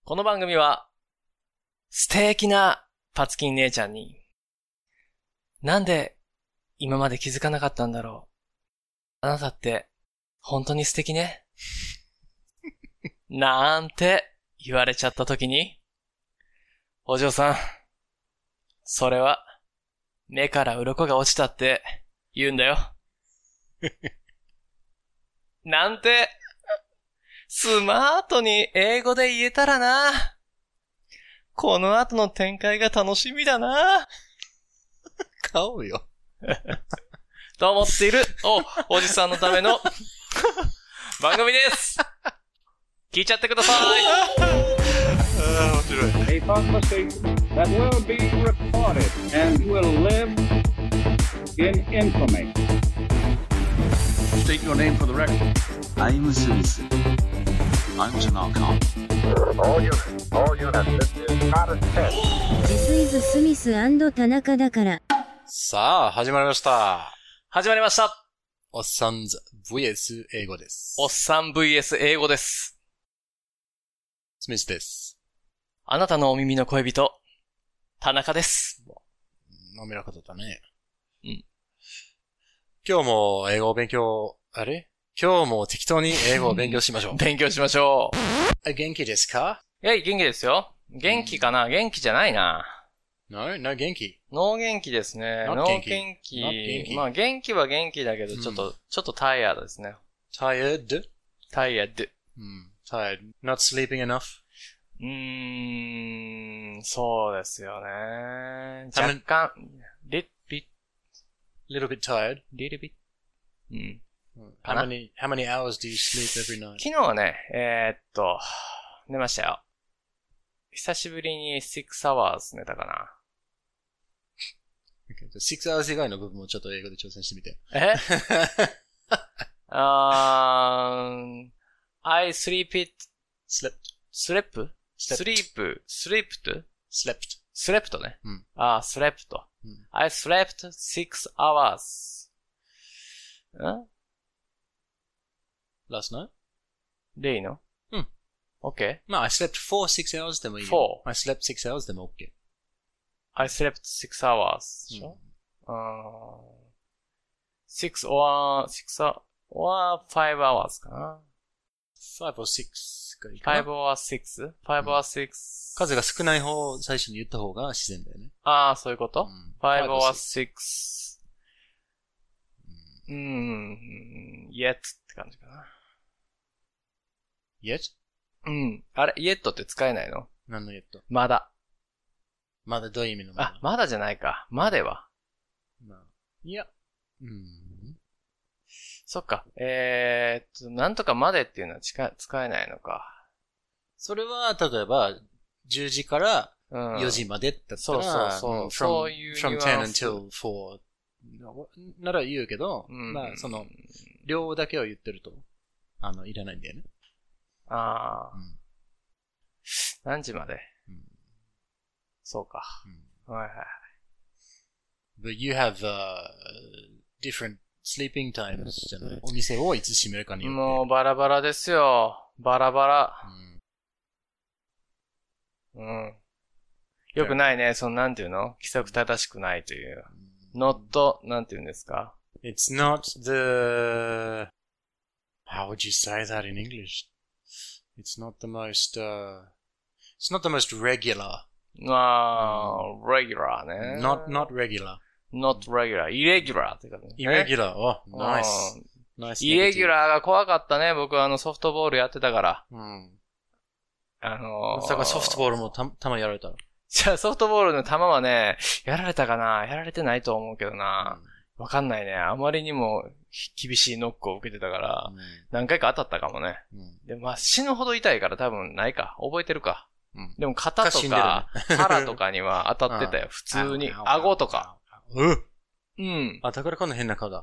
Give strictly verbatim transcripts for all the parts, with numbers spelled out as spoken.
この番組は素敵なパツキン姉ちゃんになんで今まで気づかなかったんだろう。あなたって本当に素敵ね。なんて言われちゃった時に、お嬢さん、それは目から鱗が落ちたって言うんだよ。なんてスマートに英語で言えたらな。この後の展開が楽しみだな。 顔よ。 と思っているお、おじさんのための番組です。聞いちゃってください。 ああ、面白い。 A conversation that will be recorded and will live in infamy. State your name for the record. I'm Smith. I'm Tanaka. All units, all units, this is not a test. This is Smith 田中だから。 さあ、始まりました。 始まりました。 おっさんず ブイエス 英語です。 おっさん ブイエス 英語です。 スミスです。 あなたのお耳の恋人、田中です。 滑らかだったね。 うん。 今日も英語を勉強、あれ今日も適当に英語を勉強しましょう。 勉強しましょう。 あ、元気ですか？ いや、元気ですよ。元気かな、うん、元気じゃないな。 No? No 元気。 脳元気ですね。脳元気。元気。まあ元気は元気だけど、ちょっと、うん、ちょっとタイヤードですね。 tired? タイヤード。 うん。tired. Not sleeping enough? うーん、そうですよね。若干、little bit, little bit tired? little bit. うん。 How many, how many hours do you sleep every night? 昨日はね、えー、っと、寝ましたよ。久しぶりにsix hours 寝たかな。 Okay, six hours 以外の部分もちょっと英語で挑戦してみて。 えあー、I sleep it, slept, slept, sleep, slept, slept, slept ね。 うん、 あー、slept、うん。I slept six hours. ん ？Last night? でいいの？ うん。 OK? まあ、I slept for six hours でもいいよ。four. I slept six hours でも OK。I slept six hours でしょ？うん。six or, six or five hours かな。 five or six がいいかな。 five or six? five or six? 数が少ない方を最初に言った方が自然だよね。 ああ、そういうこと？うん、five or six? うーん、yet って感じかな。 yet? うん。あれ、yet って使えないの？ 何の yet？ まだ。 まだどういう意味のまだ？ あ、まだじゃないか。までは。 まあ、いや。うん。 そっか。えーっと、なんとかまでっていうのは使えないのか。 それは、例えば、じゅうじからよじまでだったら、 そうそうそう。 from, そういう from ten until four なら言うけど、うん、まあ、その、量だけを言ってると、あの、いらないんだよね。 ああ、うん。何時まで、うん、そうか、うん。はいはいはい。 But you have、uh, different sleeping times じゃない？お店をいつ閉めるかによって。 もうバラバラですよ。バラバラ。うん。うん、よくないね。その、なんていうの？規則正しくないという。not, なんていうんですか？ It's not the, how would you say that in English?It's not the most, uh, it's not the most regular. ああ、regular ね。 not, not regular. not regular. irregular って感じ、ね。 irregular. Oh, nice. nice. irregular が怖かったね。僕はあのソフトボールやってたから。 うん。 あのー。 まさかソフトボールもた、たまやられたの？ じゃあソフトボールの球はね、やられたかな？やられてないと思うけどな。うん、わかんないね。あまりにも厳しいノックを受けてたから、うん、何回か当たったかもね。うん、で、まあ、死ぬほど痛いから多分ないか。覚えてるか。うん、でも肩とか、腹とかには当たってたよ。普通に。顎とか。 うん。 うん。 あ、だからこんな変な顔だ。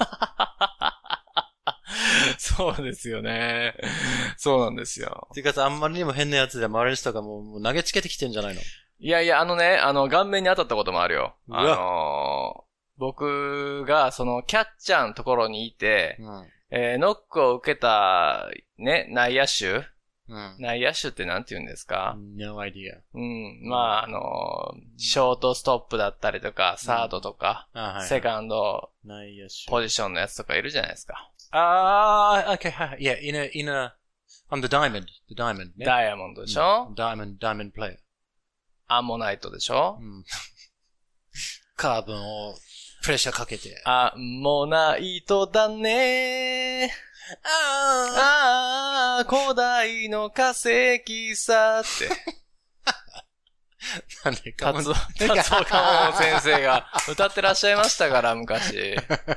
そうですよね。そうなんですよ。 てかさ、あんまりにも変なやつで周りの人がもう、もう投げつけてきてんじゃないの？ いやいや、あのね、あの、顔面に当たったこともあるよ。あのー、僕が、その、キャッチャーのところにいて、うん、えー、ノックを受けた、ね、内野手うん。 内野手ってなんて言うんですか？ No idea. うん。まあ、あの、ショートストップだったりとか、サードとか、 あ、はい。 セカンド内野手。 ポジションのやつとかいるじゃないですか。 ああ、okay, はい。Yeah, in a, in a, on the diamond, the diamond. ね、 ダイヤモンドでしょ、 うん、diamond, diamond player. アンモナイトでしょ、 うん、カーブンをプレッシャーかけて。 アンモナイトだねー。ああ、古代の化石さって。 なんでか達夫、達夫かも先生が歌ってらっしゃいましたから、昔。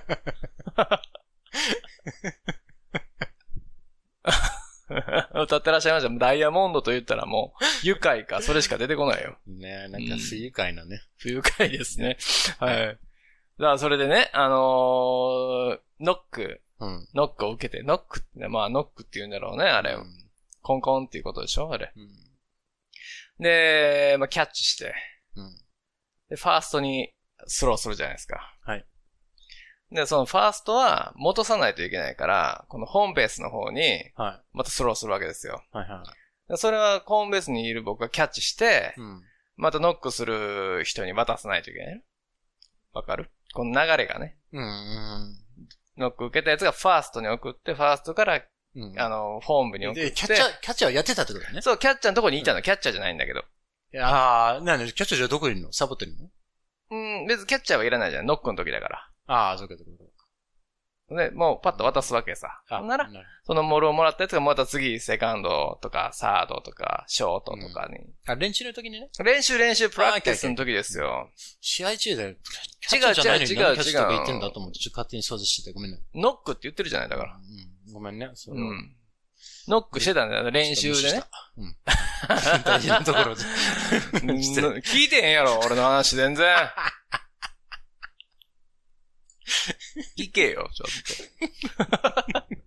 歌ってらっしゃいました。ダイヤモンドと言ったらもう、愉快か、それしか出てこないよ。 ねえ、なんか不愉快なね。うん、 不愉快ですね。はい。だからそれでね、あのー、ノック。うん、ノックを受けて、ノックってね、まあノックって言うんだろうね、あれ。うん、コンコンっていうことでしょ、あれ。うん、で、まあキャッチして、うん、で、ファーストにスローするじゃないですか。 はい。 で、そのファーストは戻さないといけないから、このホームベースの方に、またスローするわけですよ。 はいはい。 でそれはホームベースにいる僕がキャッチして、うん、またノックする人に渡さないといけない。わかる？この流れがね。うんうん、ノック受けたやつがファーストに送って、ファーストから、うん、あの、ホームに送って。 で、キャッチャー、キャッチャーやってたってことだね。 そう、キャッチャーのとこにいたの、うん、キャッチャーじゃないんだけど。 ああ、なんで、キャッチャーじゃどこにいるの？サボってるの？ うん、別にキャッチャーはいらないじゃん、ノックの時だから。 ああ、そうかそうか。 で、もうパッと渡すわけさ。ほんなら、そのモールをもらったやつがまた次、セカンドとか、サードとか、ショートとかに。うん、 あ、練習の時にね。 練習練習、プラクティスの時ですよ。 試合中だよ。違う違う違う違う。キャッチとか言ってるんだと思って、ちょっと勝手に想像してて、ごめんね。 ノックって言ってるじゃない、だから。 うん、ごめんね。 それはうん。ノックしてたんだよ、練習でね。 うん。大事なところで。 聞いてへんやろ、俺の話全然。聞けよ、ちょっと。い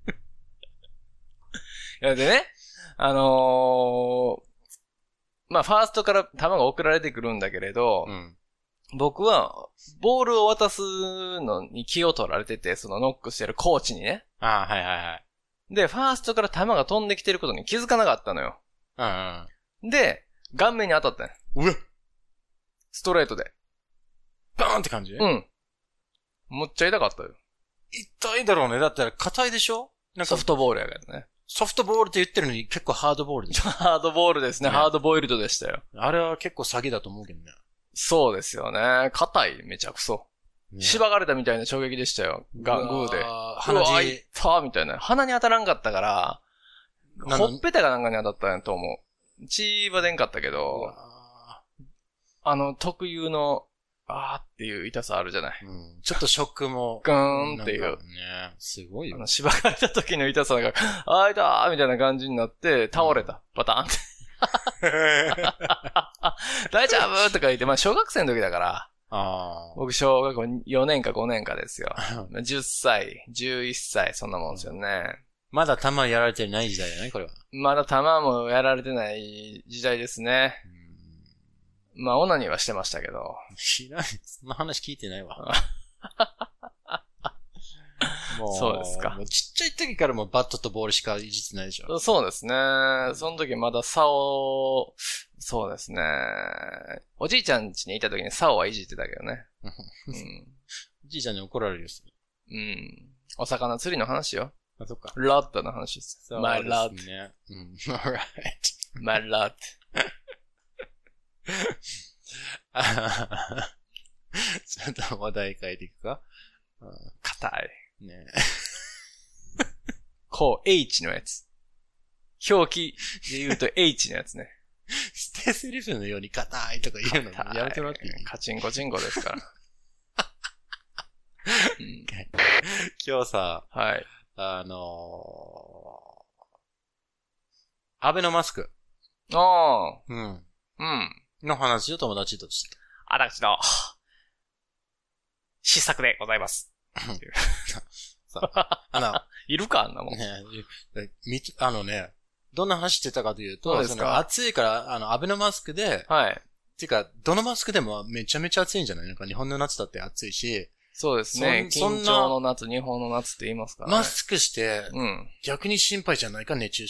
や、でね、あのー、まあ、ファーストから球が送られてくるんだけれど、うん、僕は、ボールを渡すのに気を取られてて、そのノックしてるコーチにね。 ああ、はいはいはい。 で、ファーストから球が飛んできてることに気づかなかったのよ。 うんうん、 で、顔面に当たったの。 うわストレートで。 バーンって感じ？ うん。むっちゃ痛かったよ。 痛いだろうね。だったら硬いでしょ？ なんかソフトボールやからね。 ソフトボールって言ってるのに結構ハードボールでしょ？ ハードボールですね。ね、ハードボイルドでしたよ。 あれは結構詐欺だと思うけどね。 そうですよね。硬い、めちゃくそ。ね、縛がれたみたいな衝撃でしたよ。ガングーで。鼻血。うわ、いったーみたいな。鼻に当たらんかったから、ほっぺたかなんかに当たったんやと思う。血は出んかったけど、あの、特有の、あーっていう痛さあるじゃない。 うん、ちょっとショックも。 ガーンっていう。ね、 すごいよ。 あの、縛られた時の痛さが、あー痛ーみたいな感じになって、倒れた。パターンって。大丈夫とか言って、まあ、小学生の時だから。 あ僕、小学校よねんかごねんかですよ。じゅっさい、じゅういっさい、そんなもんですよね。 まだ弾やられてない時代じゃないこれは。 まだ弾もやられてない時代ですね。まあ、オナニーはしてましたけど。 知らない。そんな話聞いてないわ。もうそうですか。 もうちっちゃい時からもバットとボールしかいじってないでしょ。 そうですね。その時まだサオ、そうですね。おじいちゃん家にいた時にサオはいじってたけどね。うん、 おじいちゃんに怒られるよ。 うん。お魚釣りの話よ。 あ、そっか。 ロッドの話です。 そうですね。 My lord. うん。alright. My lord. ちょっと話題変えていくか。 硬い。 ねこう、H のやつ。表記で言うと H のやつね。 ステセリフのように硬いとか言うのやめてもらっていい？ カチンコチンコですから。 うん、今日さ、 はい。 あのー、アベノマスク。 ああ。 うん。 うん。 の話を友達として。 私の、失策でございます。 あの、 いるかあんなもん。 ね、あのね、どんな話してたかというと、 そうですか？ 暑いから、あの、アベノマスクで、 はい。 っていうか、どのマスクでもめちゃめちゃ暑いんじゃない？なんか日本の夏だって暑いし、 そうですね。緊張の夏、日本の夏って言いますからね。 マスクして、 うん。 逆に心配じゃないか、熱中症って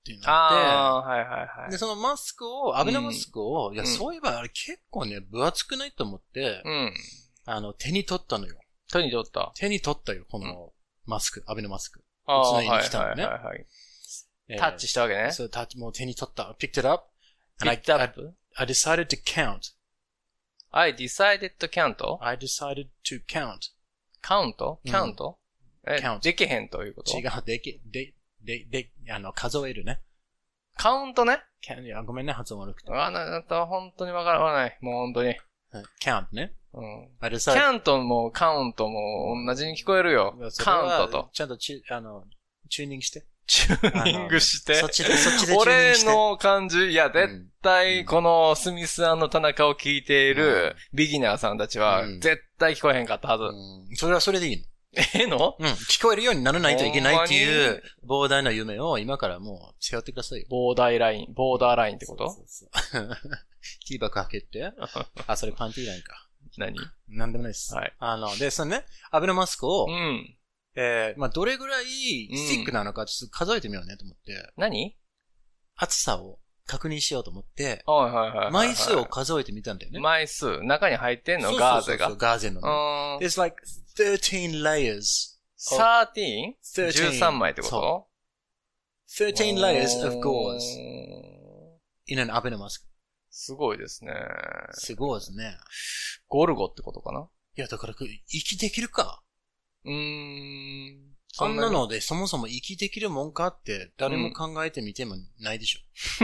っていうのがああ、 あって、 はいはいはい。 で、そのマスクを、アベノマスクを、 うん、 いや、そういえばあれ結構ね、分厚くないと思って、 うん。 あの、手に取ったのよ。 手に取った手に取ったよ、このマスク、アベノマスク。 ああ、 常に来たのね。 はいはいはい、はいえー。タッチしたわけね。 そう、タッチ、もう手に取った。picked it up. picked I, up? I, I decided to count. I decided to count? I decided to count. count? count?、うん、え、 count. できへんということ？ 違う、でき、で、で、で、あの、数えるね。 カウントね。 いや、ごめんね、発音悪くて。 あ、なた本当にわからない。もう本当に。 count ね。 うん。 I decided... キャントもカウントも同じに聞こえるよ。カウントと。 ちゃんとチュ、あの、チューニングして。 チューニングして。 そっちで、そっちでチューニングして。 俺の感じ、いや、絶対、このスミス&田中を聞いているビギナーさんたちは、絶対聞こえへんかったはず。 うん、それはそれでいいの。 ええの？ うん。聞こえるようにならないといけないっていう膨大な夢を今からもう背負ってくださいよ。 ボーダーライン、ボーダーラインってこと？ そうそうそう。ティーバッグかけて。あ、それパンティーラインか。 何？ なんでもないです。 はい。 あの、で、そのね、アベノマスクを、 うん。 えー、まあ、どれぐらいスティックなのかちょっと数えてみようねと思って。 何？厚さを確認しようと思って、 はいはいはい、はい。 枚数を数えてみたんだよね。 枚数。中に入ってんの？ そうそうそうガーゼが。 そうガーゼのね。There's like thirteen layers. thirteen? じゅうさんまいってこと？ thirteen layers of gauze in an abenomask. すごいですね。 すごいですね。 ゴルゴってことかな？ いや、だから、息できるか？ うーん。 そんなので、そもそも息できるもんかって、誰も考えてみてもないでしょ。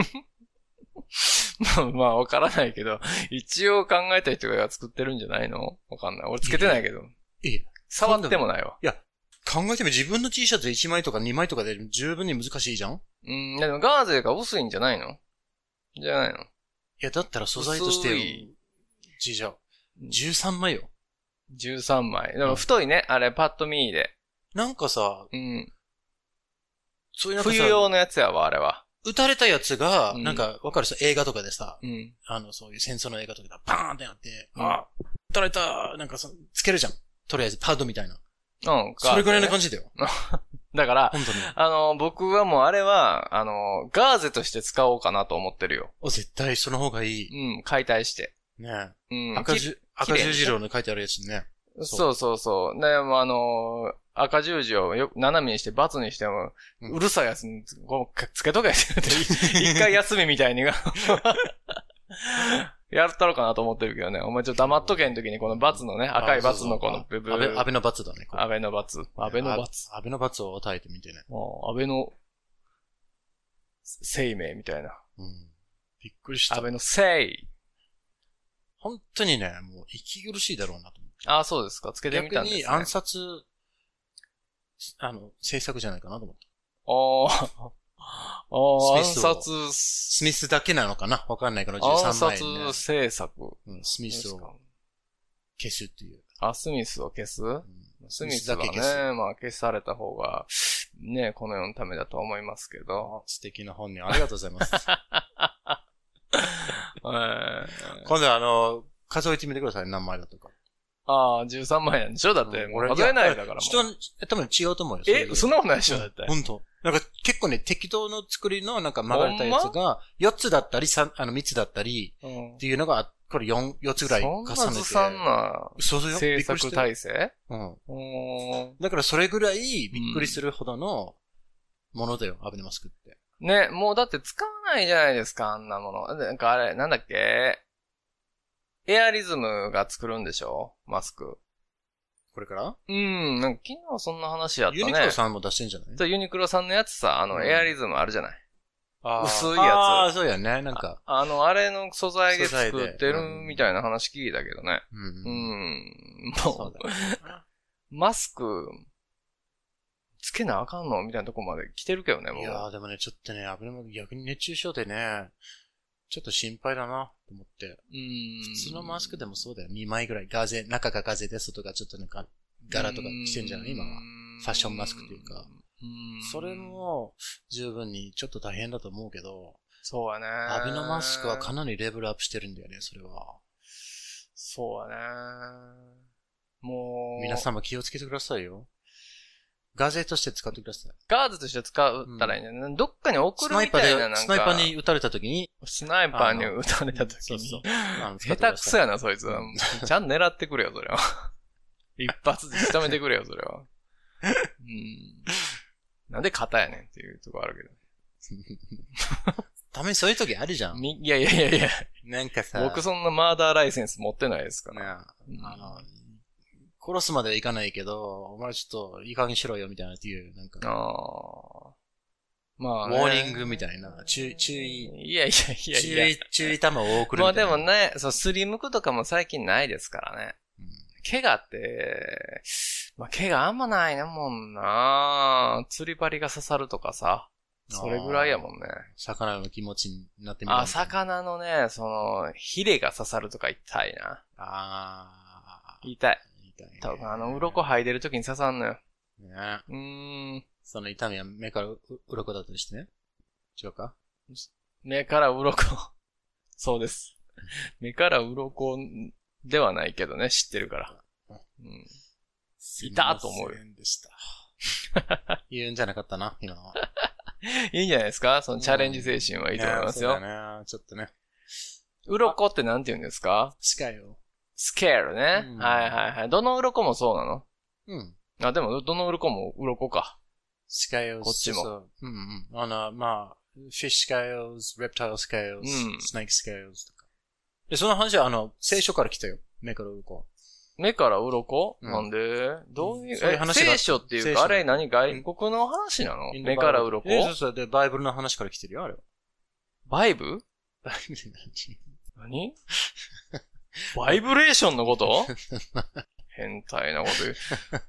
まあ、まあ、わからないけど、一応考えた人が作ってるんじゃないの？わかんない。俺つけてないけど。 いい。 触ってもないわ。 いや、考えてみ自分の T シャツいちまいとかにまいとかで十分に難しいじゃん？ うん、でもガーゼが薄いんじゃないの？じゃないの？ いや、だったら素材として、じゃあ、じゅうさんまいよ。 じゅうさんまい。でも太いね、あれ、パッと見で。 なんかさ、 うん。 そういうなんかさ、 冬用のやつやわ、あれは。 撃たれたやつが、なんか、わかるさ、映画とかでさ、 うん、 あの、そういう戦争の映画とかで、バーンってなって、うん、あ、撃たれた、なんかさ、つけるじゃん。とりあえず、パッドみたいな。 うん。 それぐらいの感じだよ。 だから、 本当に。 あの、僕はもうあれは、あの、ガーゼとして使おうかなと思ってるよ。 お、絶対その方がいい。 うん、解体して。 ねえ。うん。 赤十、赤十字路の書いてあるやつね。 そうそうそう。でもあの、赤十字をよ斜めにして×にしても、うるさいやつにこうつけとけって一回休みみたいにがやったろかなと思ってるけどね。お前ちょっと黙っとけんときにこの×のね、赤い×のこの部分。 安倍、安倍の×だね。 安倍の×。安倍の×。 安倍の×を与えてみてね。 安倍の生命みたいな。 うん。びっくりした。 安倍の生。 本当にね、もう息苦しいだろうなと思って。 ああ、そうですか。つけてみたんですね。 逆に暗殺、あの、制作じゃないかなと思って。 ああ。ああ、暗殺。 スミスだけなのかなわかんないからじゅうさんまい、ね。 暗殺制作。 うん、スミスを消すっていう。 あ、スミスを消す、うん、スミスはね、まあ消された方が、ね、この世のためだと思いますけど。 素敵な本にありがとうございます。 えー、 今度はあの、数えてみてください、何枚だとか。 ああ、じゅうさんまいなんでしょだって、俺数えないだからもう。 人は、多分違うと思うよ。 え、そんなことないでしょだって。 ほんと。なんか結構ね、適当の作りのなんか曲がれたやつが、よっつだったり、さん、あの、みっつだったり、っていうのが、これよん、よっつぐらい重ねて。 そんなずさんな、 そうそうよ。 制作体制うん。だからそれぐらいびっくりするほどのものだよ、アベノマスクって。 ね、もうだって使わないじゃないですか、あんなもの。なんかあれ、なんだっけエアリズムが作るんでしょマスク。 これからうん、なんか昨日そんな話やったね。 ユニクロさんも出してんじゃないそう、ユニクロさんのやつさ、あの、うん、エアリズムあるじゃない。 あ薄いやつ。 ああ、そうやね、なんかあ。あの、あれの素材で作ってるみたいな話聞いたけどね。 うん。 うん。もう、マスク、つけなあかんのみたいなとこまで来てるけどね、もう。 いやーでもね、ちょっとね、危ない逆に熱中症でね、ちょっと心配だな、と思って。 うん。 普通のマスクでもそうだよ。にまいぐらい。ガーゼ、中がガーゼで、外がちょっとなんか、柄とかしてんじゃない今は。ファッションマスクというか。 うんそれも、十分にちょっと大変だと思うけど。 そうやね。 アベノマスクはかなりレベルアップしてるんだよね、それは。 そうやね。もう。 皆様気をつけてくださいよ。 ガゼとして使ってください。 ガーズとして使ったらいいね。うん、どっかに送るみたいななんか。 スナイパーに撃たれた時に。 スナイパーに撃たれた時に。そうそう下手くそやな、そいつは。ちゃんと狙ってくれよ、それは。一発で仕留めてくれよ、それは。うん、なんで肩やねんっていうとこあるけど。 ためにそういう時あるじゃん。 いやいやいやいや。 なんかさ。 僕そんなマーダーライセンス持ってないですから。 ね、あの、殺すまではいかないけど、お前ちょっといい加減にしろよみたいなっていう、なんか。ああ。まあ、ね。ウォーニングみたいな。注意、注意。 いやいやいやいや。 注意、注意弾を送るみたいな。 まあでもね、そう、スリムクとかも最近ないですからね。うん、怪我って、まあ怪我あんまないねもんな。釣り針が刺さるとかさ。それぐらいやもんね。 魚の気持ちになってみる。 あ、魚のね、その、ヒレが刺さるとか痛いな。 ああ。 痛い。痛い、ね。多分あの、鱗剥いでる時に刺さんのよ。 ね。 うーん。 その痛みは目からう鱗だったりしてね。違うか？ 目から鱗。そうです。目から鱗ではないけどね、知ってるから。うん。いたと思うよ。 でした。言うんじゃなかったな、今は。 いいんじゃないですか？そのチャレンジ精神はいいと思いますよ。 そうだね。ちょっとね。 鱗ってなんて言うんですか？ スケール。 スケールね。うん、はいはいはい。どの鱗もそうなの？ うん。 あ、でも、どの鱗も鱗か。 スケール。 こっちも。 そううんうん。あの、まあ、フィッシュスケール、レプタイルスケール、スネークスケールとか。で、その話は、あの、聖書から来たよ。目から鱗。 目から鱗、うん、なんでどういう、そういう話が聖書っていうか、あれ何外国の話なの？目から鱗？ え、そうそう。で、バイブルの話から来てるよ、あれは。 バイブ？ バイブル何？何バイブレーションのこと変態なこと言う。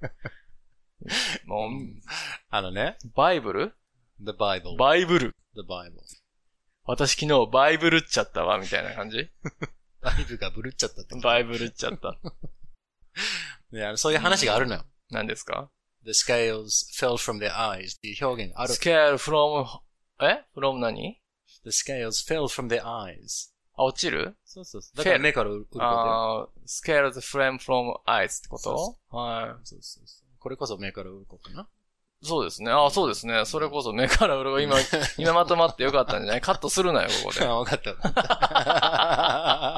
もう、 あのね。 バイブル？ The Bible. バイブル。 The Bible. 私昨日バイブルっちゃったわ、みたいな感じバイブがブルっちゃったって。 バイブルっちゃった。 いや、そういう話があるのよ。 何ですか？ The scales fell from their eyes っていう表現がある。 scale from, え from 何？ The scales fell from their eyes. あ、落ちる？ そうそうそう。だから目からうることよ。 ああ、scales fell from eyes ってこと？そうそうはい。 そうそうそう。これこそ目からうることかな。 そうですね。ああ、そうですね。それこそ目からうるこ。今、今まとまってよかったんじゃない？カットするなよ、ここで。 あ、わかった。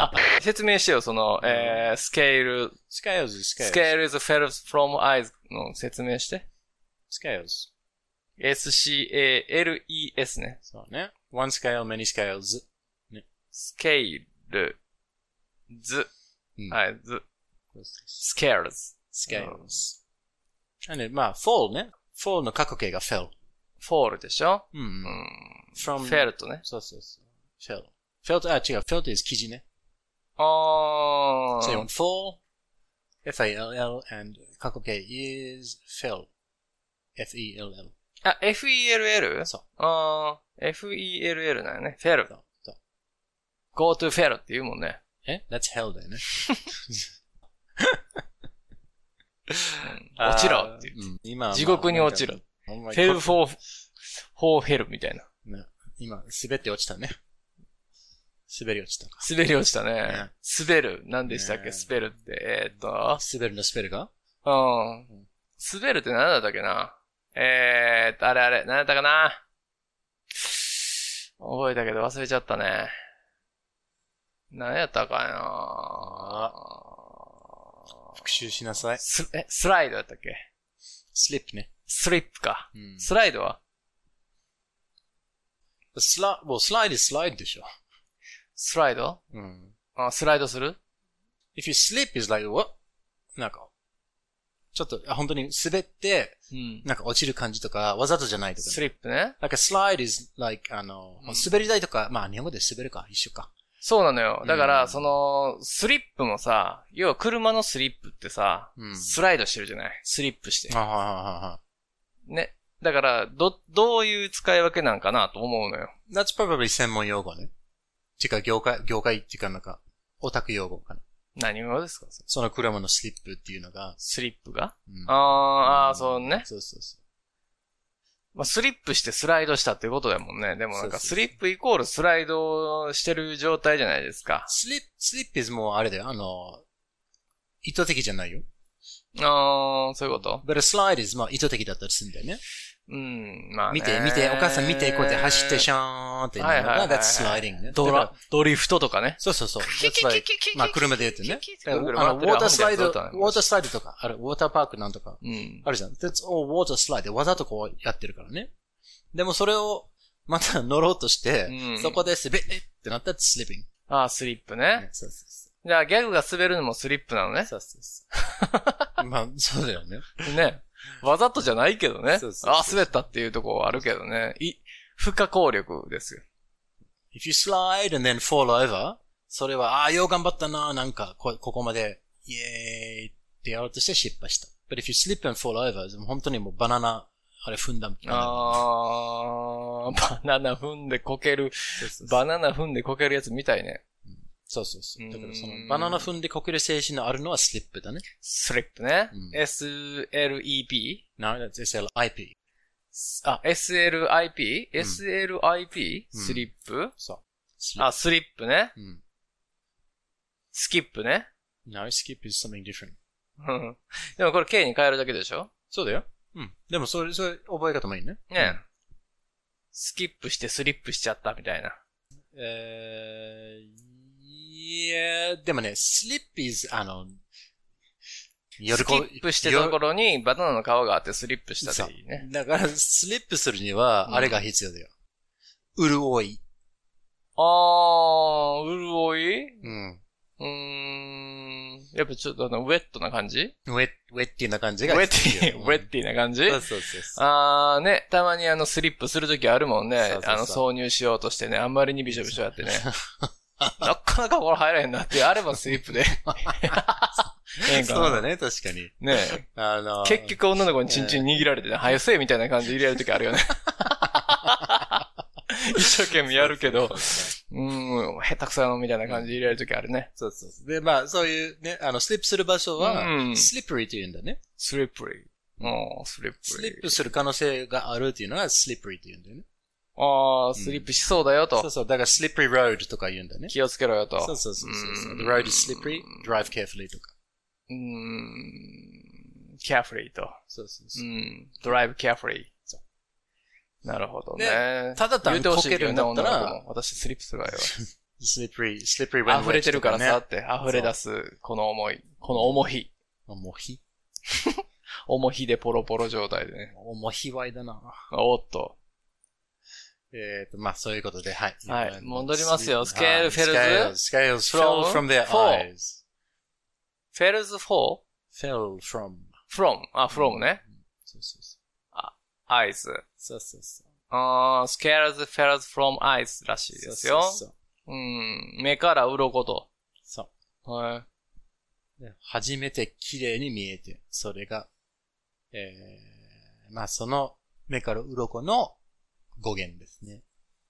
説明してよ、その、えー、スケール。 スケールズ、スケールズ。 スケールズ fell from eyes の説明して。 スケールズ。 エスシーエーエルイーエス ね。 そうね。one scale, many scales. ね。 スケールズ。うん、はい、ズ。スケールズ。 スケールズ。うん、まあ、fall ね。fall の過去形が fell。 fall でしょ？ うん、うん。 from fell とね。 そうそうそう。fell。fell と、あ、違う。fell って記事ね。 あー。 So you want fall, F A L L, and 過去形 is fell. F E L L。 あ、エフイーエルエル？ そう。 あー、エフイーエルエル だよね。fell。そう。そう go to fell って言うもんね。 え ?That's hell だよね。 落ちろって言う、うん、今地獄に落ちろ。フェルフォー、フォーヘルみたいな。 ね、今、滑って落ちたね。滑り落ちたか。 滑り落ちたね。ね滑る。何でしたっけ、ね、滑るって。えー、っと。 滑るの滑るかうん。滑るって何だったっけなえーっと、あれあれ、何だったかな覚えたけど忘れちゃったね。何やったかな復習しなさい。 ス、え、スライドだったっけ？ スリップね。 スリップか。 うん、 スライドはスラ、well, スライドスライドでしょ。 スライド？ うん。 あ、スライドする？ If you slip is like what? なんか、ちょっと、本当に滑って、うん、なんか落ちる感じとか、わざとじゃないとか、ね。 スリップね。 なんか slide is like, あの、うん、滑り台とか、まあ日本語で滑るか、一緒か。 そうなのよ。だから、うん、その、スリップもさ、要は車のスリップってさ、うん、スライドしてるじゃない？スリップして。 はははね。だから、ど、どういう使い分けなんかなと思うのよ。 That's probably 専門用語ね。てか、業界、業界っていうかなんか、オタク用語かな。 何語ですか？ その車のスリップっていうのが。 スリップが、 うん、 あー、あー、そうね。 そうそうそう。 まあ、スリップしてスライドしたっていうことだもんね。でもなんかスリップイコールスライドしてる状態じゃないですか。 スリップ、スリップ is もうあれだよ。あの、意図的じゃないよ。 あー、そういうこと But a slide is まあ意図的だったりするんだよね。 うん、まあね。 見て、見て、お母さん見て、こうやって走ってシャーンってなるのが、that's sliding ね。 ドラ、ドリフトとかね。 そうそうそう。that's like まあ車で言うとね。あの、ウォ車ータースライド、ウォータースライドとか、あれ、ウォーターパークなんとか、 うんあるじゃん。that's all water slide でわざとこうやってるからね。でもそれを、また乗ろうとして、 うんそこで滑ってってなったら slipping。 ああ、スリップね。 そうそうそじゃあギャグが滑るのもスリップなのねう。。そうそうそう。まあ、そうだよね。 ね。わざとじゃないけどね。 そうそうそうああ、滑ったっていうところあるけどね。い、不可抗力ですよ。 If you slide and then fall over, それは、ああ、よう頑張ったな、なんか、こ、ここまで、イエーイってやろうとして失敗した。But if you slip and fall over, 本当にもうバナナ、あれ踏んだみたいな。 あー、バナナ踏んでこける、 そうそうそうバナナ踏んでこけるやつみたいね。 そうそうそう。だからそのうーんバナナ踏んでこける精神のあるのはスリップだね。 スリップね。 うんエスエルイーピー? No, that's エスエルアイピー. あ、エスエルアイピー? うんエスエルアイピー? うんスリップ、 そう。 あ、スリップね。 うん。 スキップね。 No, skip is something different. うんでもこれ K に変えるだけでしょそうだよ。うん。でもそれ、それ、覚え方もいいね。 ねえ。スキップしてスリップしちゃったみたいな。 えー、いや、でもね、slip is, あの、 スキップしてたところにバナナの皮があってスリップしたっていいね。 だから、スリップするには、あれが必要だよ。潤い。 あー、潤いうん。 うーん。やっぱちょっとあの、ウェットな感じウェッ、ウェッティな感じウェッが必要。 ティ、ウェッティな感じそうそうそうそう。 あーね、たまにあのスリップするときあるもんね。 そうそうそうあの挿入しようとしてね、あんまりにびしょびしょやってね。なかなかこれ入らへんなって、あればスリップで。ええんかなそうだね、確かに。 ねあの、 結局女の子にチンチン握られてね、はよせえみたいな感じで入れるときあるよね。一生懸命やるけど、うーん、下手くそやのみたいな感じで入れるときあるね。 そうそうそう。で、まあ、そういうね、あの、スリップする場所は、 うんスリップリーって言うんだね。 スリップリー。うん、スリップリー。 スリップする可能性があるっていうのがスリップリーって言うんだよね。 ああ、スリップしそうだよと。 そうそう。だから、スリップリーロードとか言うんだね。 気をつけろよと。 そうそうそうそう。 うん The road is slippery, drive carefully とか。 うーん、carefully と。 そうそうそうう。 ん、drive carefully。 そなるほどねね。 ただ単に言うてほしいけどね、 こけるんだったら女の子も私スリップするわよ。 slippery, slippery when 溢れてるからさねって、溢れ出す、この思い。この重ひ。 もうひ、 重ひでポロポロ状態でね。 もうひわいだな。 おっと。 えっと、まあ、そういうことで、はい。 はい戻りますよ Scale Scale fells, scales fell from their Fall. eyes. fells for? fell from. from. あ、from ね。 そうそうそ eyes. う。そうそうそう。 あー scales fells from eyes らしいですよ。 そうそうそう。 うん。目から鱗と。 そう。 はい。 で初めて綺麗に見えて、それが、えー、まあその目から鱗の語源ですね。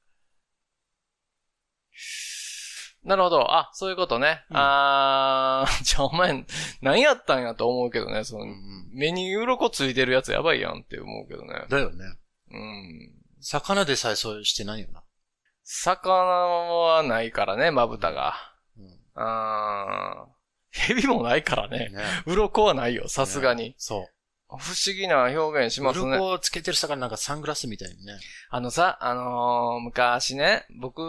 なるほど。あ、そういうことね。 うんあー、じゃあお前、何やったんやと思うけどね。その、 うんうん目に鱗ついてるやつやばいやんって思うけどね。 だよね。 うん。 魚でさえそうしてないよな。 魚はないからね、まぶたが。 うんあー。蛇もないからね。 ね鱗はないよ、さすがに。 そう。 不思議な表現しますね。 鱗をつけてる魚なんかサングラスみたいにね。 あのさ、あのー昔ね、僕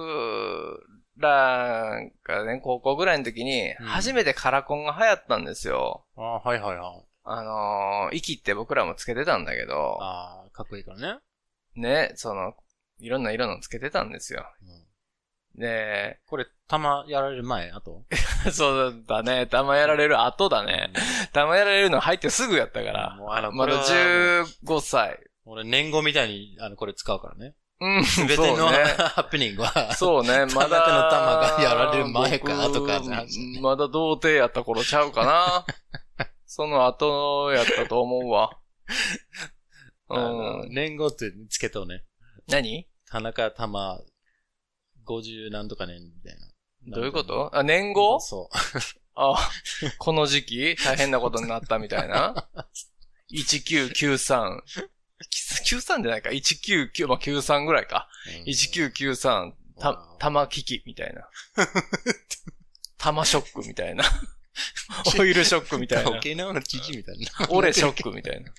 らがね、高校ぐらいの時に、 うん初めてカラコンが流行ったんですよ。 ああ、はいはいはい。 あのー、息って僕らもつけてたんだけど、 ああ、かっこいいからね。 ね、その、いろんな色のつけてたんですよ。 うん、 で、 これ、弾やられる前、あとそうだね、弾やられる後だね。弾やられるの入ってすぐやったから。 もうあのまだこれはじゅうごさい。 俺、年後みたいに、あの、これ使うからね。 うん、 すべての、 そうね。 ハプニングは。 そうね、まだ。 田中の玉がやられる前か後かって話ね僕まだ童貞やった頃ちゃうかな。その後やったと思うわ。 あのうん。 年後ってつけとうね。 何田中玉、ごじゅう何とか年みたいな。 どういうことあ、年後そう。 あ、この時期大変なことになったみたいな。いちきゅうきゅうさん。きゅうさんじゃないか。いちきゅうきゅう、まあ、きゅうさんぐらいか。いちきゅうきゅうさん、た、玉危機みたいな。玉ショックみたいな。 オイルショックみたいな。 沖縄の知事みたいな。 俺ショックみたいな。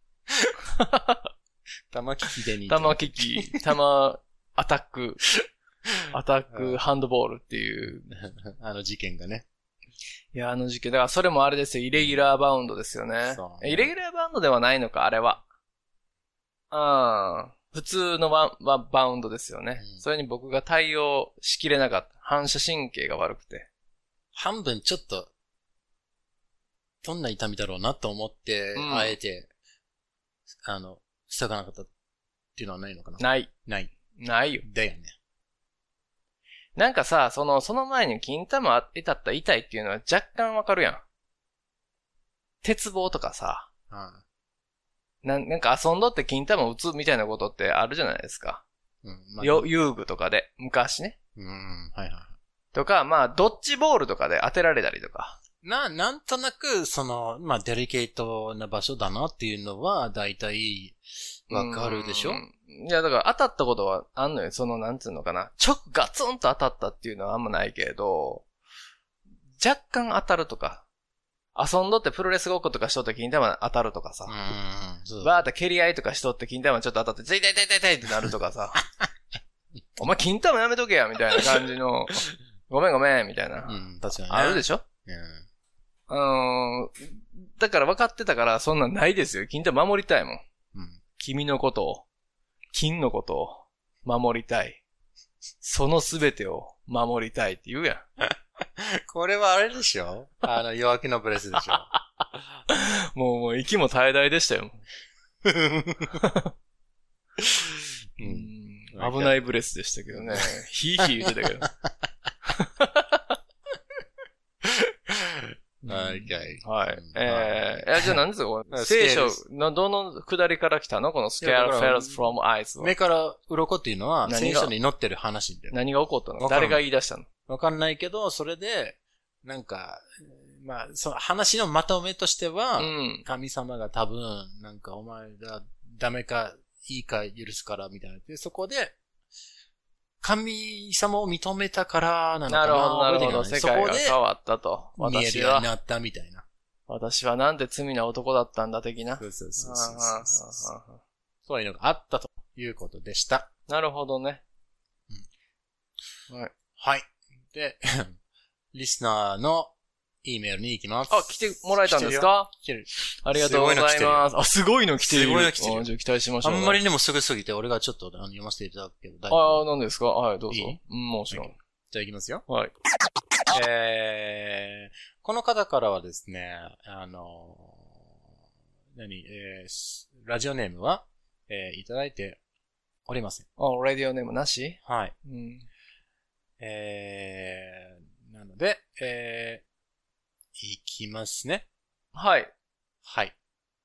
玉木秀に。 玉キキ、玉アタック、アタックハンドボールっていう。 あの事件がね。 いや、あの事件。だからそれもあれですよ。イレギュラーバウンドですよね。 そうイレギュラーバウンドではないのか、あれは。うん。普通のババウンドですよね、うん。それに僕が対応しきれなかった。反射神経が悪くて。 半分ちょっと、どんな痛みだろうなと思って、うん、あえて、あの、防がなかったっていうのはないのかな？ ない。 ない。 ないよ。 だよね。 なんかさ、その、その前に金玉当たった痛いっていうのは若干わかるやん。鉄棒とかさ。うん。な, なんか遊んどって金玉打つみたいなことってあるじゃないですか。うん。まあ、よ遊具とかで、昔ね。 うん、はいはい。 とか、まあ、ドッジボールとかで当てられたりとか。 な、なんとなく、その、まあ、デリケートな場所だなっていうのは、だいたいわかるでしょ？ いや、だから当たったことはあんのよ。その、なんつうのかな。ちょ、ガツンと当たったっていうのはあんまないけど、若干当たるとか。遊んどってプロレスごっことかしとって金玉当たるとかさ。うん。バーって蹴り合いとかしとって金玉ちょっと当たって、ついていていていてってなるとかさ。お前金玉やめとけやみたいな感じの、ごめんごめんみたいな。 うん、確かに、ね。 あるでしょ？うん。うん。だから分かってたからそんなんないですよ。金玉守りたいもん。うん。君のことを、金のことを守りたい。そのすべてを守りたいって言うやん。 これはあれでしょ？あの、夜明けのブレスでしょ？ もう、もう、息も絶え絶えでしたよ。うん、危ないブレスでしたけどね。ヒーヒー言ってたけど。 はい。 はい。えー、じゃあ何ですか聖書のどの下りから来たのこの scale fells from eyes は。 目から鱗っていうのは聖書に載ってる話で。 何が起こったの？誰が言い出したの？ わかんないけど、それで、なんか、まあ、その話のまとめとしては、うん、神様が多分、なんかお前がダメかいいか許すからみたいな。で、そこで、神様を認めたからなのかな。 なるほど、なるほど。世界が変わったと。 私は。見えるようになったみたいな。 私はなんて罪な男だったんだ的な。 そうそうそうそうそう。そういうのがあったということでした。 なるほどね。 うん、はい。はい。で、リスナーの E メールに行きます。 あ、来てもらえたんですか？ 来てる。 ありがとうございます。あ、すごいの来てる。 すごいの来てる。 じゃあ期待しましょう。 あんまりにもすぐすぎて、俺がちょっと読ませていただくけど、 大丈夫？ああ、何ですか？はい、どうぞ。いい？うん、もちろん。 じゃあ行きますよ。 はい。 えー、この方からはですね、あの、何、えー、ラジオネームは、えー、いただいておりません。 あ、ラジオネームなし？ はい。うん。えー、なので、えー、いきますね。 はい。 はい。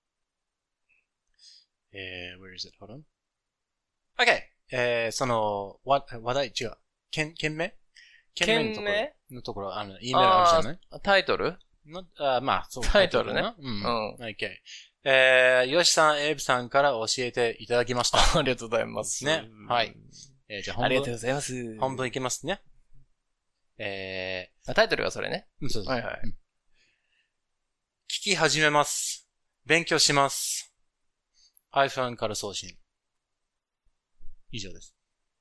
えー、where is it? Hold on. OK! えー、その、わ、話題、違う。件、件名件名のところ、あの、E メールあるじゃない？ タイトルのあまあ、そう。 タイトルね。 うん。うん。OK。えー、ヨシさん、エイブさんから教えていただきました。 ありがとうございます。 ね。はい。えー、じゃあ本文。 ありがとうございます。 本文いきますね。えー、タイトルがそれね。 うん、そうです。 はいはい、 うん。聞き始めます。勉強します。iPhone から送信。以上です。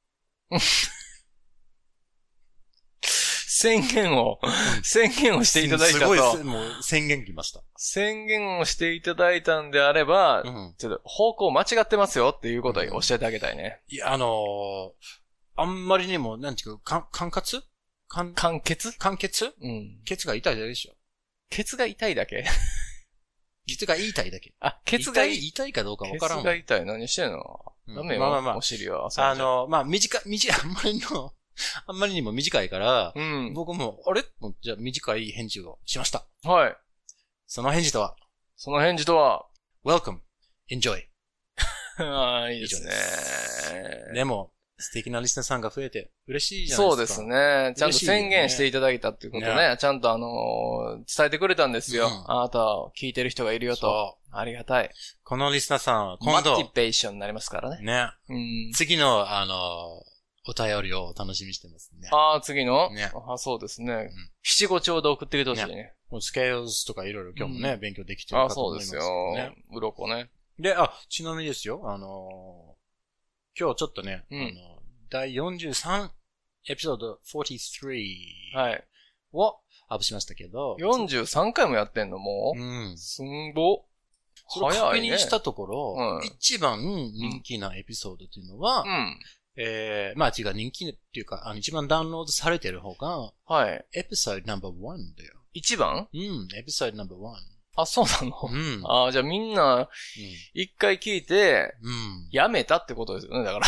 宣言を、宣言をしていただいたと。 すごいです。もう宣言きました。 宣言をしていただいたんであれば、うん、ちょっと方向間違ってますよっていうことを教えてあげたいね。 うん、いや、あのー、あんまりにも、なんていうか、管轄関関血関血うん。 ケツが痛いだけでしょ。 ケツが痛いだけケツが痛いだけ。 あ、ケツが痛い、痛いかどうかわからんわ。 ケツが痛い。何してんの、うん、ダメよ。まあまあまあ。お尻は。 あの、まあ、短い、短い、あんまりの、あんまりにも短いから、うん、僕も、あれじゃあ短い返事をしました。 はい。 その返事とはその返事とは Welcome, enjoy. ああ、いいですね。 でも、素敵なリスナーさんが増えて嬉しいじゃないですか。 そうですね。ちゃんと宣言していただいたっていうことね。ねちゃんとあのー、伝えてくれたんですよ。うん、あなた聞いてる人がいるよと。ありがたい。 このリスナーさんは今度。 モチベーションになりますからね。 ね。うん、次の、あのー、 お便りを楽しみにしてますね。 ああ、次のね。 あそうですね。 うん、 七五調で送ってきてほしいね。 ねもうスケールズとかいろいろ今日もね、うん、勉強できてるかと思いますよ、ね。 あそうですよ。うろこね。 で、あ、ちなみにですよ、あのー、今日ちょっとね、うん、あの、だいよんじゅうさんエピソードよんじゅうさんはい。 をアップしましたけど。 よんじゅうさんかいもやってんのもううん。すんご。 それを確認したところ、ねうん、一番人気なエピソードっていうのは、うん、えー、まあ違う人気っていうか、あの一番ダウンロードされてる方が、 はい。 エピソードナンバーワンだよ。 一番うん、エピソードナンバーワン。 あ、そうなのうん。 ああ、じゃあみんな、一回聞いて、うん。やめたってことですよね、だから。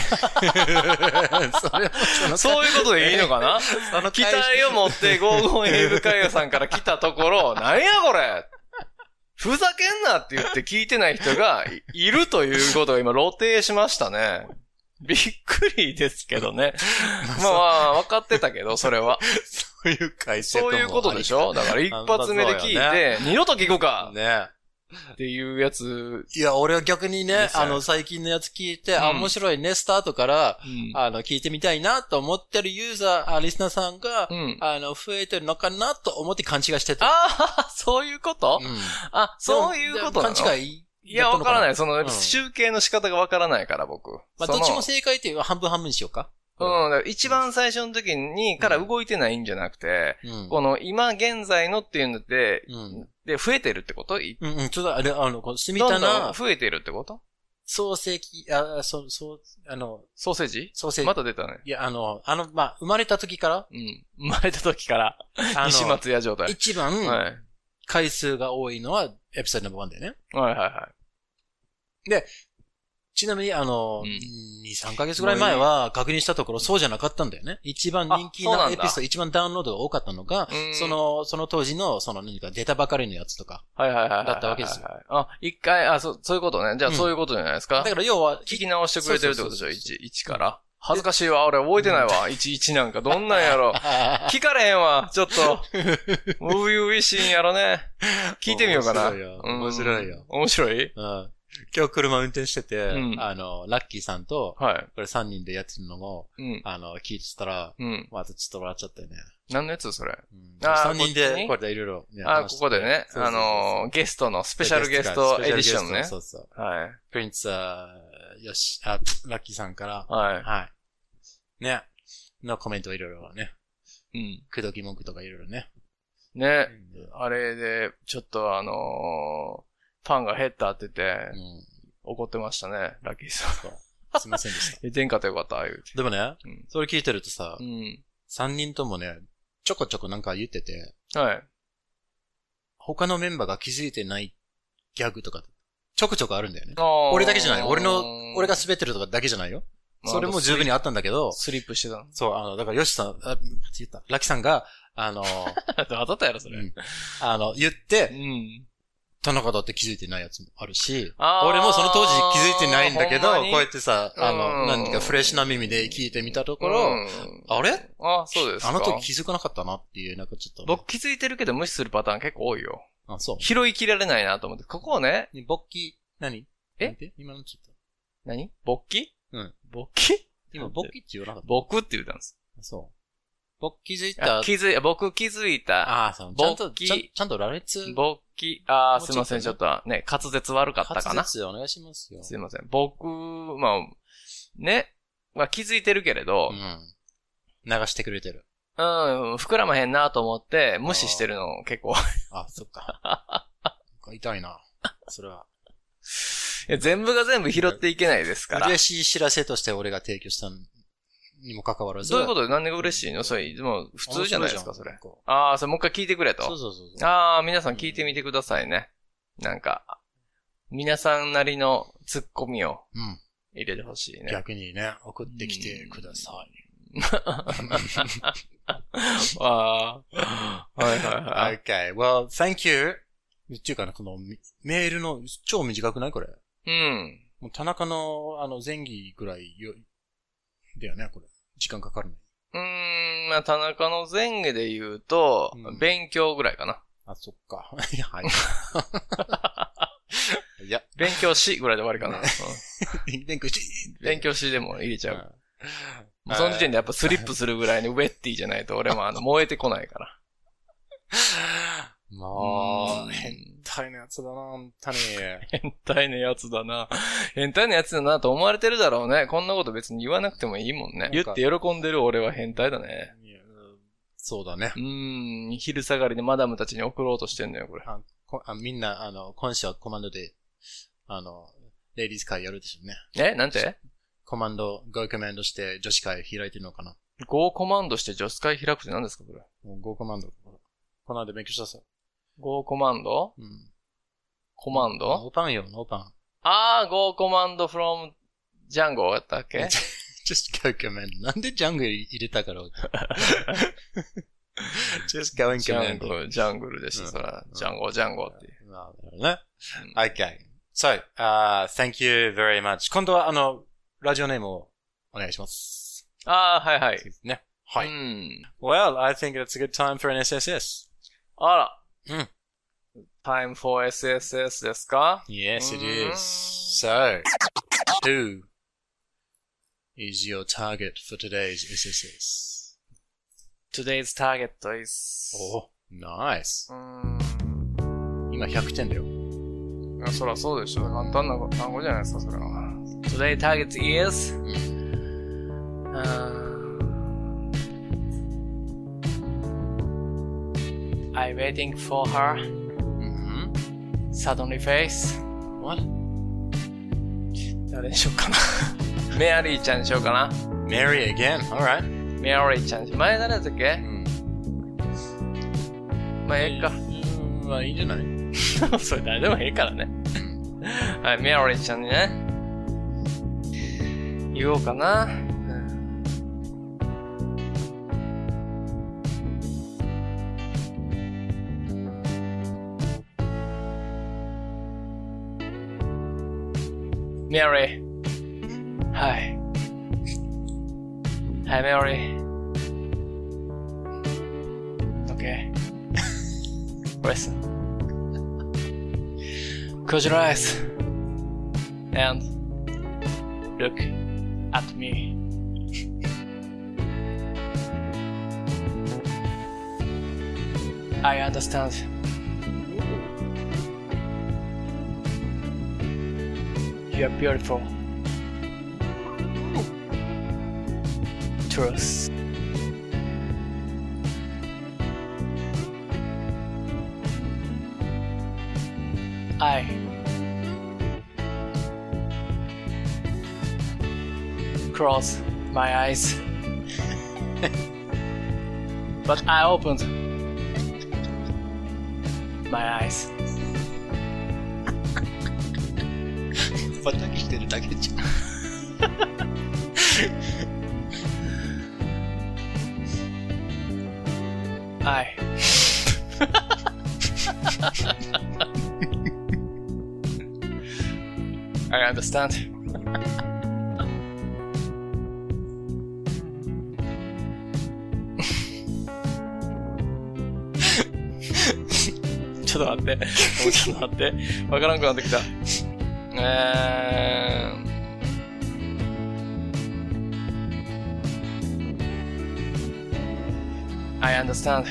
それもそういうことでいいのかなその期待を持ってゴーゴーエイブ会話さんから来たところ、なんやこれふざけんなって言って聞いてない人が い, いるということが今露呈しましたね。びっくりですけどね。まあまあ、分かってたけど、それは。 そういう解説もそういうことでしょだから一発目で聞いて、二度と聞こうかね。 っていうやつ。 いや、俺は逆にね、あの、最近のやつ聞いて、うん、あ、面白いね、スタートから、うん、あの、聞いてみたいなと思ってるユーザー、あリスナーさんが、うん、あの、増えてるのかなと思って勘違いしてた。 ああ、そういうこと、うん、あ、そういうことなの勘違いいや、わからない。その、うん、集計の仕方がわからないから、僕。 まあ、どっちも正解っていう半分半分にしようか。 うん。だから一番最初の時にから動いてないんじゃなくて、うん、この今現在のっていうので、うん、で、増えてるってことうんうん。ちょっとあれ、あの、この、住みたな。 どんどん増えてるってこと創世記、あ、そう、そう、あの、 ソーセージソーセージ。 また出たね。 いや、あの、あの、まあ、生まれた時から。 うん。生まれた時から。西松屋状態。 一番、はい、回数が多いのは、エピソードナンバーワンだよね。 はいはいはい。 で、ちなみに、あの、うん、に、さんかげつぐらい前は確認したところそうじゃなかったんだよね。一番人気なエピソード、一番ダウンロードが多かったのが、その、その当時の、その何か出たばかりのやつとか。 はいはいはい。 だったわけですよ。 あ、一回、あ、そ、そういうことね。じゃあそういうことじゃないですか。うん、 だから要は、 聞き直してくれてるってことでしょ、一、一から。恥ずかしいわ。俺覚えてないわ。一、一なんかどんなんやろ。聞かれへんわ。ちょっと。ういういしいんやろね。聞いてみようかな。 面白いよ。面白いよ。 面白いうん。今日車運転してて、うん、あの、ラッキーさんと、はい。これさんにんでやってるのを、うん、あの、聞いてたら、うん。またちょっと笑っちゃったよね。 何のやつそれ、 うん、あさんにんで、これでいろいろ、 ね。あ、ここでね、そうそうそうそうあのー、ゲストの、スペシャルゲストエディションね。 そうそう。 はい。 プリンツ、あよし、あ、ラッキーさんから、 はい。 はい。ね。のコメントいろいろね。 うん。 くどき文句とかいろいろね。 ね。うん、あれで、ちょっとあのー、ファンが減ったって言って、うん怒ってましたね、ラッキーさん。 すみませんでした。 え、出んかったよかった、言うて。 でもね、うん、それ聞いてるとさ、うん、さんにんともね、ちょこちょこなんか言ってて、 はい。 他のメンバーが気づいてないギャグとか、ちょこちょこあるんだよね。俺だけじゃない。俺の、俺が滑ってるとかだけじゃないよ。まあ、それも十分にあったんだけど、 スリップしてたの。 そう、あの、だからヨシさん、あ、言った。ラキさんが、あの、 当たったやろ、それ。うん、 あの、言って、うん田中だって気づいてないやつもあるし、俺もその当時気づいてないんだけど、こうやってさ、あの、何かフレッシュな耳で聞いてみたところ、あれあ、そうですか。 あの時気づかなかったなっていう、なんかちょっと、ね。 僕気づいてるけど無視するパターン結構多いよ。 あ、そう。 拾いきられないなと思って。ここをね。 勃起、何え今のちょっと。 何勃起うん。 勃起今勃起って言わなかった。 僕って言ったんです。 そう。僕気づいた。 気づい、僕気づいた。 ああ、そう。ちゃんと、ちゃんちゃんと羅列。 僕気、ああ、すいません。ちょっとね、滑舌悪かったかな。 滑舌お願いしますよ。 すいません。僕、まあ、ね、まあ気づいてるけれど。 うん。流してくれてる。 うん、膨らまへんなと思って、無視してるの結構。 あ、そっか。痛いな。それは。 いや、全部が全部拾っていけないですから。 嬉しい知らせとして俺が提供したにもかかわらず。 どういうことで何が嬉しいのそれ、でも普通じゃないですか、それ。ああ、それもう一回聞いてくれと。 そうそうそうそう。 ああ、皆さん聞いてみてくださいね。なんか、皆さんなりのツッコミを入れてほしいね、うん。 逆にね、送ってきてください。 ああ。はいはいはい。 Okay, well, thank you. っていうかね、このメールの超短くないこれ。 うん。 もう田中のあの前儀ぐらいよ、だよね、これ。時間かかるね。 うーん、まあ、田中の前下で言うと、うん、勉強ぐらいかな。 あ、そっか。はい。いや。 勉強しぐらいで終わりかな。 勉強し。 勉強しでも入れちゃう。 もうその時点でやっぱスリップするぐらいにウェッティじゃないと俺もあの燃えてこないから。 まあ、変態なやつだな、本当に。 変態なやつだな。変態なやつだなと思われてるだろうね。こんなこと別に言わなくてもいいもんね。言って喜んでる俺は変態だね。 そうだね。 うーん、昼下がりでマダムたちに送ろうとしてんのよ、これ。 ああみんな、あの、今週はコマンドで、あの、レディース会やるでしょうね。 えなんてコマンド、Go コマンドして女子会開いてるのかな？ Go コマンドして女子会開くって何ですか、これ。 Go コマンド。この間勉強したさ。 Go コマンドうん。コマンドノーパンよ、ノーパン。 あー、Go コマンド from Django やったっけ ？Just Go command. なんで Django 入れたからJust Go and command. ジャングルでしょ、そら。Django, Django っていう。 なるほどね。Okay. So, uh, thank you very much. 今度はあの、ラジオネームをお願いします。 あー、はいはい。 ね。はい。 うん。 Well, I think it's a good time for an エスエスエス. あら。 うん。 Time for エスエスエス ですか？ Yes, it is. So, who is your target for today's エスエスエス? Today's target is... Oh, nice. うーん。 今ひゃくてんだよ。 そらそうでしょ。簡単な単語じゃないですか、それは。Today's target is... Uh, I'm waiting for her. Mm-hmm. Suddenly face. What? 誰にしようかな。メアリーちゃんにしようかな。 Mary again. Alright. メアリーちゃん。前誰だったっけ？ うん。 まあ、ええか。 まあ、いいんじゃない？ それ誰でもええからね。はい、メアリーちゃんにね。言おうかな。Mary. Hi. Hi, Mary. Okay. Listen. Close your eyes and look at me. I understand. You're beautiful. Truth. I close my eyes, but I opened my eyes. バタキしてるだけじゃん。 I I understand. ちょっと待って。もうちょっと待って。わからんくなってきた。えー、I understand.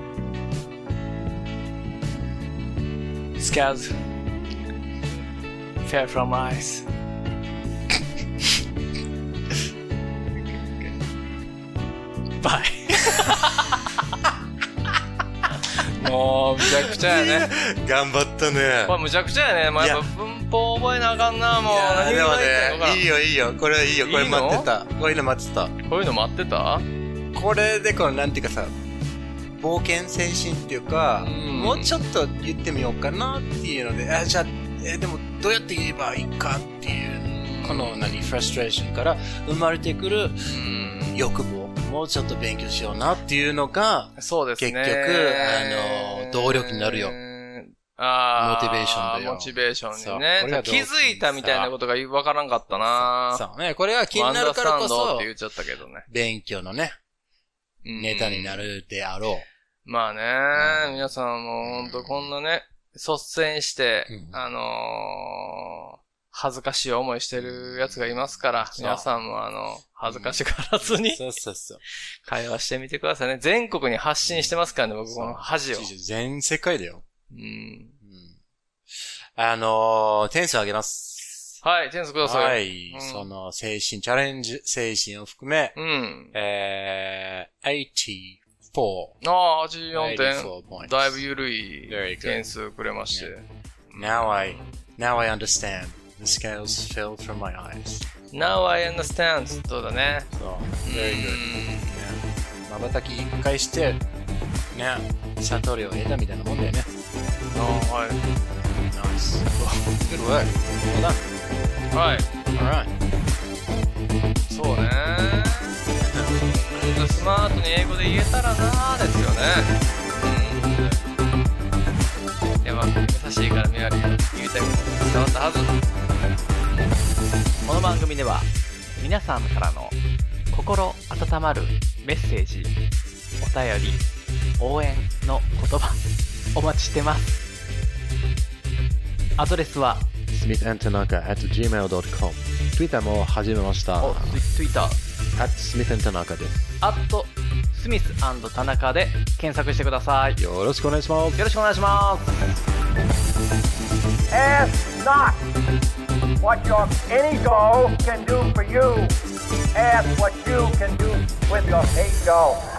Scars fell from my eyes. Bye. もうむちゃくちゃやね。 頑張ったね。 これむちゃくちゃやね。まあ、やっぱ文法覚えなあかんな、もう。 いやでもね、いいよいいよ。これはいいよ。これ待ってた。こういうの待ってた。 こういうの待ってた？これでこのなんていうかさ、冒険精神っていうか、うん、もうちょっと言ってみようかなっていうので、あ、じゃあ、え、でもどうやって言えばいいかっていう、うん、この何、フラストレーションから生まれてくる、うん、欲望。もうちょっと勉強しようなっていうのが、 そうですね。 結局、あの、動力になるよ。 ああ。 モチベーションだよ。 モチベーションにね。気づいたみたいなことがわからんかったな。 そうね。これは気になるからこそ、 って言っちゃったけどね。 勉強のね、ネタになるであろう。まあね、うん、皆さんもほんとこんなね、率先して、うん、あのー、恥ずかしい思いしてるやつがいますから、皆さんもあの、 恥ずかしがらずに、 そうそうそう。 会話してみてくださいね。全国に発信してますからね、僕この恥を。 全世界だよ。 うん。 あのー、点数あげます。 はい、点数ください。 はい、うん。その、精神、チャレンジ、精神を含め、 うん。 えー、はちじゅうよん。 ああ、はちじゅうよんてん。だいぶ緩い点数くれまして。 Yeah. Now I, now I understand. The scales fell from my eyes.Now I understand. そうだね。 そう。Very good. 瞬き一回して、ね、悟りを得たみたいなもんだよね。 ああ、はい。 Nice. Good work. Well done. はい。 Alright. そうね。スマートに英語で言えたらなーですよね。うん。いや、まあ、優しいからメアリーが言いたいこと伝わったはず。 この番組では皆さんからの心温まるメッセージ、お便り、応援の言葉お待ちしてます。アドレスはスミス アンド タナカ アット ジーメール ドット コム Twitter も始めました。 お、Twitter アット スミス アンド タナカ です。 アットスミス アンド タナカで検索してください。 よろしくお願いします。 よろしくお願いします。 Ask not what your any doll can do for you. Ask what you can do with your paid doll.